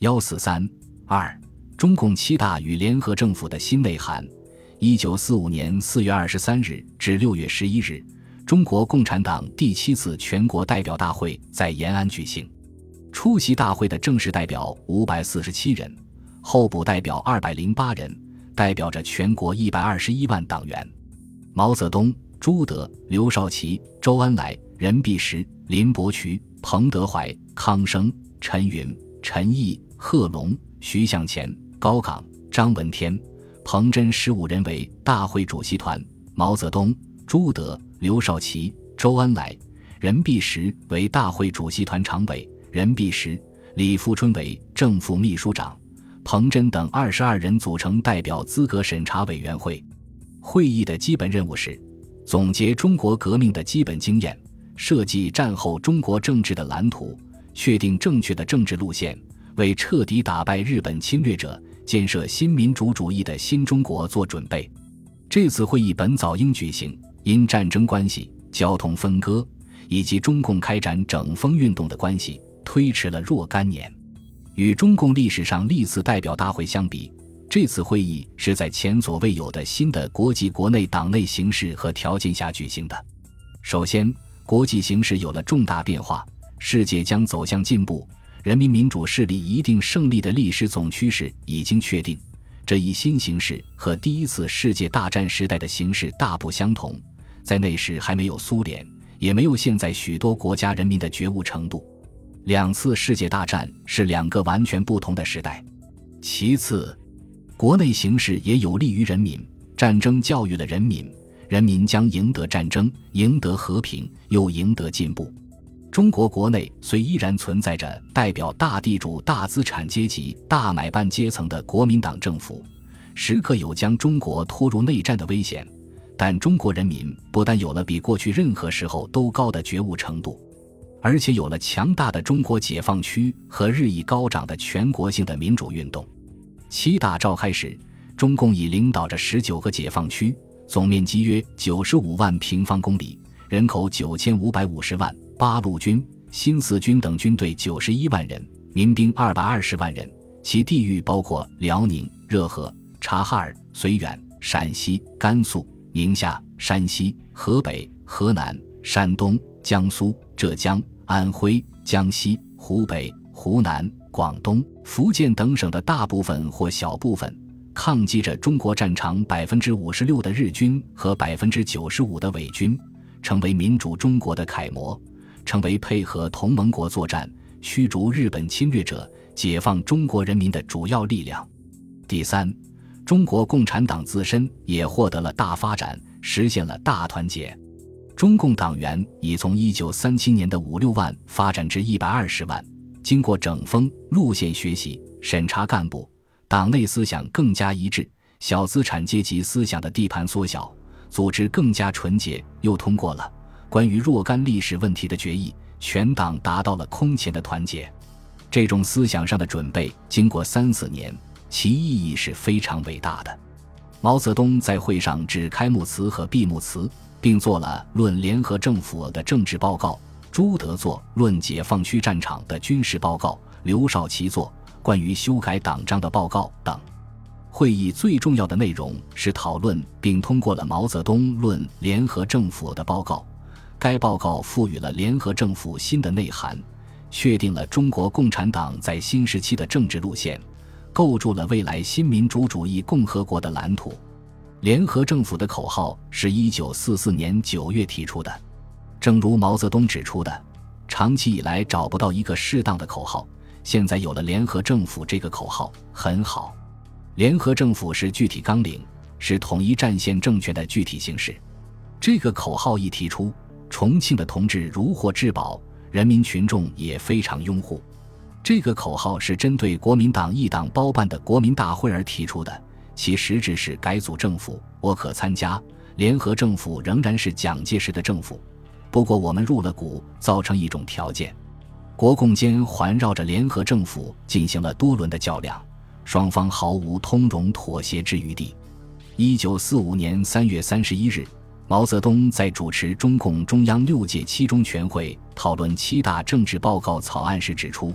143-2中共七大与联合政府的新内涵。1945年4月23日至6月11日，中国共产党第7次全国代表大会在延安举行。出席大会的正式代表547人，候补代表208人，代表着全国121万党员。毛泽东、朱德、刘少奇、周恩来、任弼时、林伯渠、彭德怀、康生、陈云、陈毅、贺龙、徐向前、高岗、张闻天、彭真15人为大会主席团。毛泽东、朱德、刘少奇、周恩来、任弼时为大会主席团常委，任弼时、李富春为正副秘书长，彭真等22人组成代表资格审查委员会。会议的基本任务是总结中国革命的基本经验，设计战后中国政治的蓝图，确定正确的政治路线，为彻底打败日本侵略者，建设新民主主义的新中国做准备。这次会议本早应举行，因战争关系、交通分割以及中共开展整风运动的关系，推迟了若干年。与中共历史上历次代表大会相比，这次会议是在前所未有的新的国际国内党内形势和条件下举行的。首先，国际形势有了重大变化，世界将走向进步，人民民主势力一定胜利的历史总趋势已经确定。这一新形势和第一次世界大战时代的形势大不相同，在那时还没有苏联，也没有现在许多国家人民的觉悟程度。两次世界大战是两个完全不同的时代。其次，国内形势也有利于人民，战争教育了人民，人民将赢得战争，赢得和平，又赢得进步。中国国内虽依然存在着代表大地主、大资产阶级、大买办阶层的国民党政府，时刻有将中国拖入内战的危险，但中国人民不但有了比过去任何时候都高的觉悟程度，而且有了强大的中国解放区和日益高涨的全国性的民主运动。七大召开时，中共已领导着19个解放区，总面积约95万平方公里，人口9550万，八路军、新四军等军队91万人，民兵220万人，其地域包括辽宁、热河、察哈尔、绥远、陕西、甘肃、宁夏、山西、河北、河南、山东、江苏、浙江、安徽、江西、湖北、湖南、广东、福建等省的大部分或小部分，抗击着中国战场 56% 的日军和 95% 的伪军，成为民主中国的楷模，成为配合同盟国作战、驱逐日本侵略者、解放中国人民的主要力量。第三，中国共产党自身也获得了大发展，实现了大团结。中共党员已从1937年的5-6万发展至120万，经过整风、路线学习、审查干部，党内思想更加一致，小资产阶级思想的地盘缩小，组织更加纯洁，又通过了关于若干历史问题的决议，全党达到了空前的团结。这种思想上的准备经过3-4年，其意义是非常伟大的。毛泽东在会上致开幕词和闭幕词，并做了论联合政府的政治报告，朱德作论解放区战场的军事报告，刘少奇作关于修改党章的报告等。会议最重要的内容是讨论并通过了毛泽东论联合政府的报告，该报告赋予了联合政府新的内涵，确定了中国共产党在新时期的政治路线，构筑了未来新民主主义共和国的蓝图。联合政府的口号是1944年9月提出的，正如毛泽东指出的，长期以来找不到一个适当的口号，现在有了联合政府这个口号，很好。联合政府是具体纲领，是统一战线政权的具体形式。这个口号一提出，重庆的同志如获至宝，人民群众也非常拥护。这个口号是针对国民党一党包办的国民大会而提出的，其实质是改组政府，我可参加，联合政府仍然是蒋介石的政府，不过我们入了股，造成一种条件。国共间环绕着联合政府进行了多轮的较量，双方毫无通融妥协之余地。1945年3月31日，毛泽东在主持中共中央6届七中全会讨论7大政治报告草案时指出，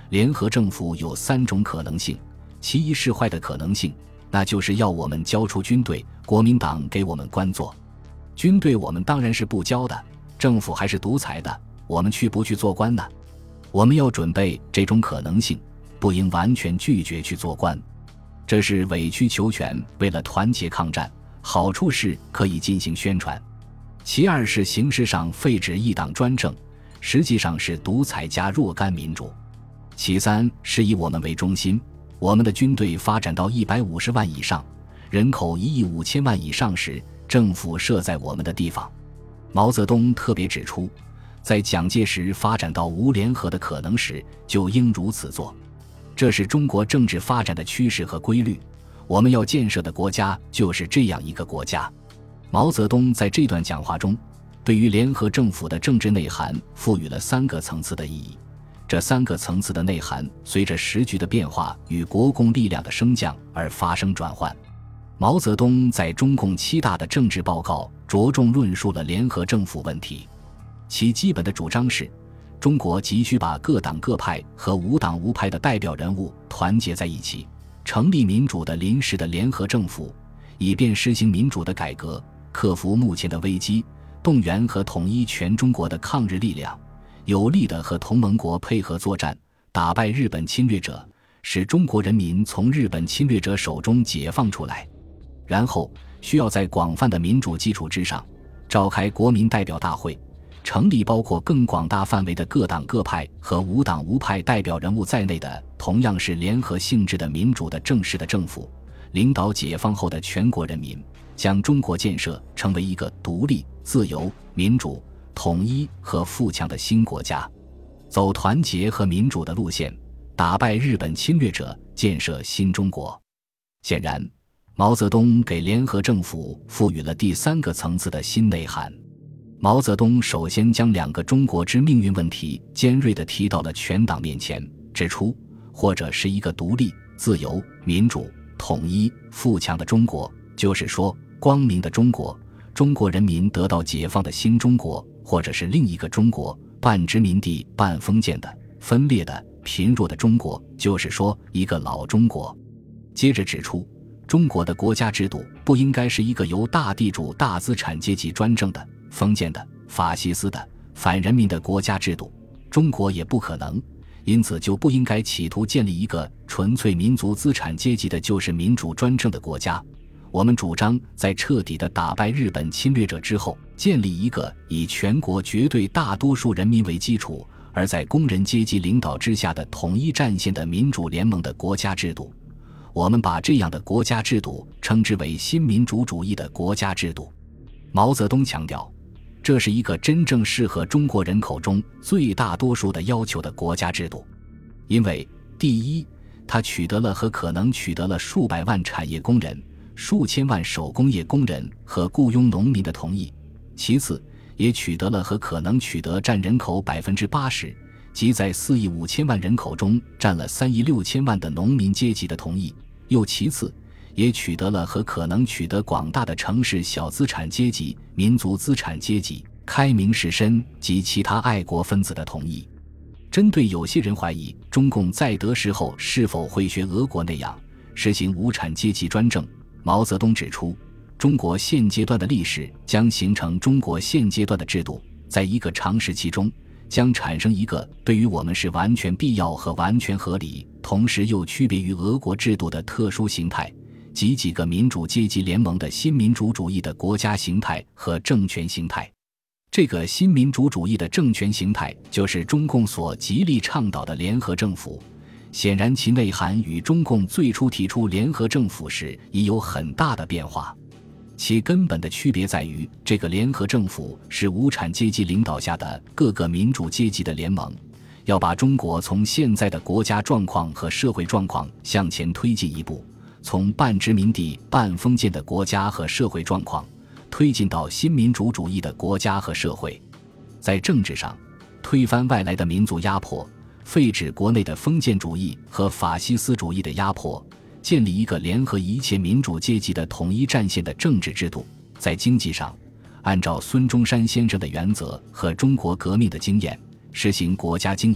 联合政府有3种可能性，其一是坏的可能性，那就是要我们交出军队，国民党给我们官做。军队我们当然是不交的，政府还是独裁的，我们去不去做官呢？我们要准备这种可能性，不应完全拒绝去做官。这是委曲求全，为了团结抗战，好处是可以进行宣传。其二是形式上废止一党专政，实际上是独裁加若干民主。其三是以我们为中心，我们的军队发展到150万以上，人口1亿5千万以上时，政府设在我们的地方。毛泽东特别指出，在蒋介石发展到无联合的可能时，就应如此做。这是中国政治发展的趋势和规律，我们要建设的国家就是这样一个国家。毛泽东在这段讲话中，对于联合政府的政治内涵赋予了3个层次的意义。这3个层次的内涵随着时局的变化与国共力量的升降而发生转换。毛泽东在中共7大的政治报告着重论述了联合政府问题，其基本的主张是，中国急需把各党各派和无党无派的代表人物团结在一起，成立民主的临时的联合政府，以便实行民主的改革，克服目前的危机，动员和统一全中国的抗日力量，有力地和同盟国配合作战，打败日本侵略者，使中国人民从日本侵略者手中解放出来。然后需要在广泛的民主基础之上，召开国民代表大会，成立包括更广大范围的各党各派和无党无派代表人物在内的同样是联合性质的民主的正式的政府，领导解放后的全国人民，将中国建设成为一个独立、自由、民主、统一和富强的新国家，走团结和民主的路线，打败日本侵略者，建设新中国。显然，毛泽东给联合政府赋予了第3个层次的新内涵。毛泽东首先将2个中国之命运问题尖锐地提到了全党面前，指出，或者是一个独立、自由、民主、统一、富强的中国，就是说光明的中国，中国人民得到解放的新中国，或者是另一个中国，半殖民地半封建的、分裂的、贫弱的中国，就是说一个老中国。接着指出，中国的国家制度不应该是一个由大地主大资产阶级专政的、封建的、法西斯的、反人民的国家制度，中国也不可能，因此就不应该企图建立一个纯粹民族资产阶级的就是民主专政的国家。我们主张在彻底的打败日本侵略者之后，建立一个以全国绝对大多数人民为基础，而在工人阶级领导之下的统一战线的民主联盟的国家制度。我们把这样的国家制度称之为新民主主义的国家制度。毛泽东强调，这是一个真正适合中国人口中最大多数的要求的国家制度。因为第一，它取得了和可能取得了数百万产业工人、数千万手工业工人和雇佣农民的同意；其次，也取得了和可能取得占人口 80%， 即在4亿5千万人口中占了3亿6千万的农民阶级的同意；又其次，也取得了和可能取得广大的城市小资产阶级、民族资产阶级、开明士绅及其他爱国分子的同意。针对有些人怀疑中共在得势后是否会学俄国那样实行无产阶级专政，毛泽东指出，中国现阶段的历史将形成中国现阶段的制度，在一个长时期中将产生一个对于我们是完全必要和完全合理，同时又区别于俄国制度的特殊形态，及几个民主阶级联盟的新民主主义的国家形态和政权形态。这个新民主主义的政权形态就是中共所极力倡导的联合政府，显然其内涵与中共最初提出联合政府时已有很大的变化。其根本的区别在于，这个联合政府是无产阶级领导下的各个民主阶级的联盟，要把中国从现在的国家状况和社会状况向前推进一步，从半殖民地半封建的国家和社会状况推进到新民主主义的国家和社会。在政治上，推翻外来的民族压迫，废止国内的封建主义和法西斯主义的压迫，建立一个联合一切民主阶级的统一战线的政治制度。在经济上，按照孙中山先生的原则和中国革命的经验，实行国家经营，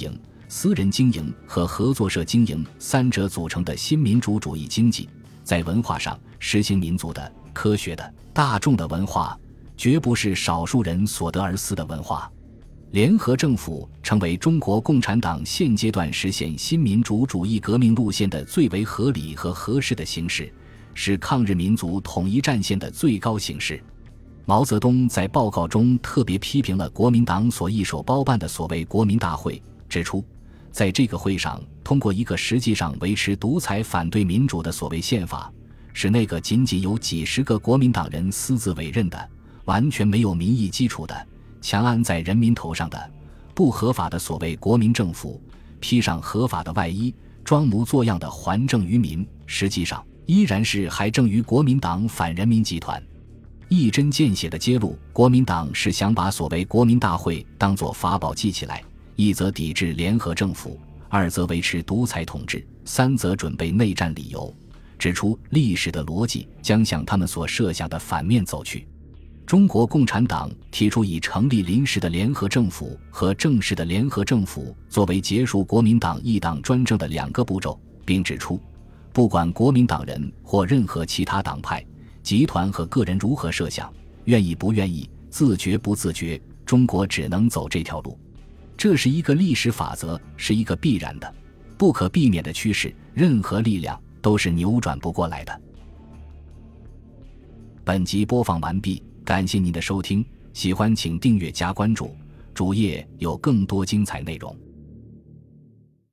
私人经营和合作社经营三者组成的新民主主义经济，在文化上实行民族的、科学的、大众的文化，绝不是少数人所得而私的文化。联合政府成为中国共产党现阶段实现新民主主义革命路线的最为合理和合适的形式，是抗日民族统一战线的最高形式。毛泽东在报告中特别批评了国民党所一手包办的所谓国民大会，指出在这个会上通过一个实际上维持独裁反对民主的所谓宪法，是那个仅仅由几十个国民党人私自委任的，完全没有民意基础的，强安在人民头上的不合法的所谓国民政府，披上合法的外衣，装模作样的还政于民，实际上依然是还政于国民党反人民集团。一针见血地揭露国民党是想把所谓国民大会当作法宝记起来，一则抵制联合政府，二则维持独裁统治，三则准备内战理由，指出历史的逻辑将向他们所设想的反面走去。中国共产党提出以成立临时的联合政府和正式的联合政府作为结束国民党一党专政的两个步骤，并指出不管国民党人或任何其他党派集团和个人如何设想，愿意不愿意，自觉不自觉，中国只能走这条路。这是一个历史法则，是一个必然的、不可避免的趋势，任何力量都是扭转不过来的。本集播放完毕，感谢您的收听，喜欢请订阅加关注，主页有更多精彩内容。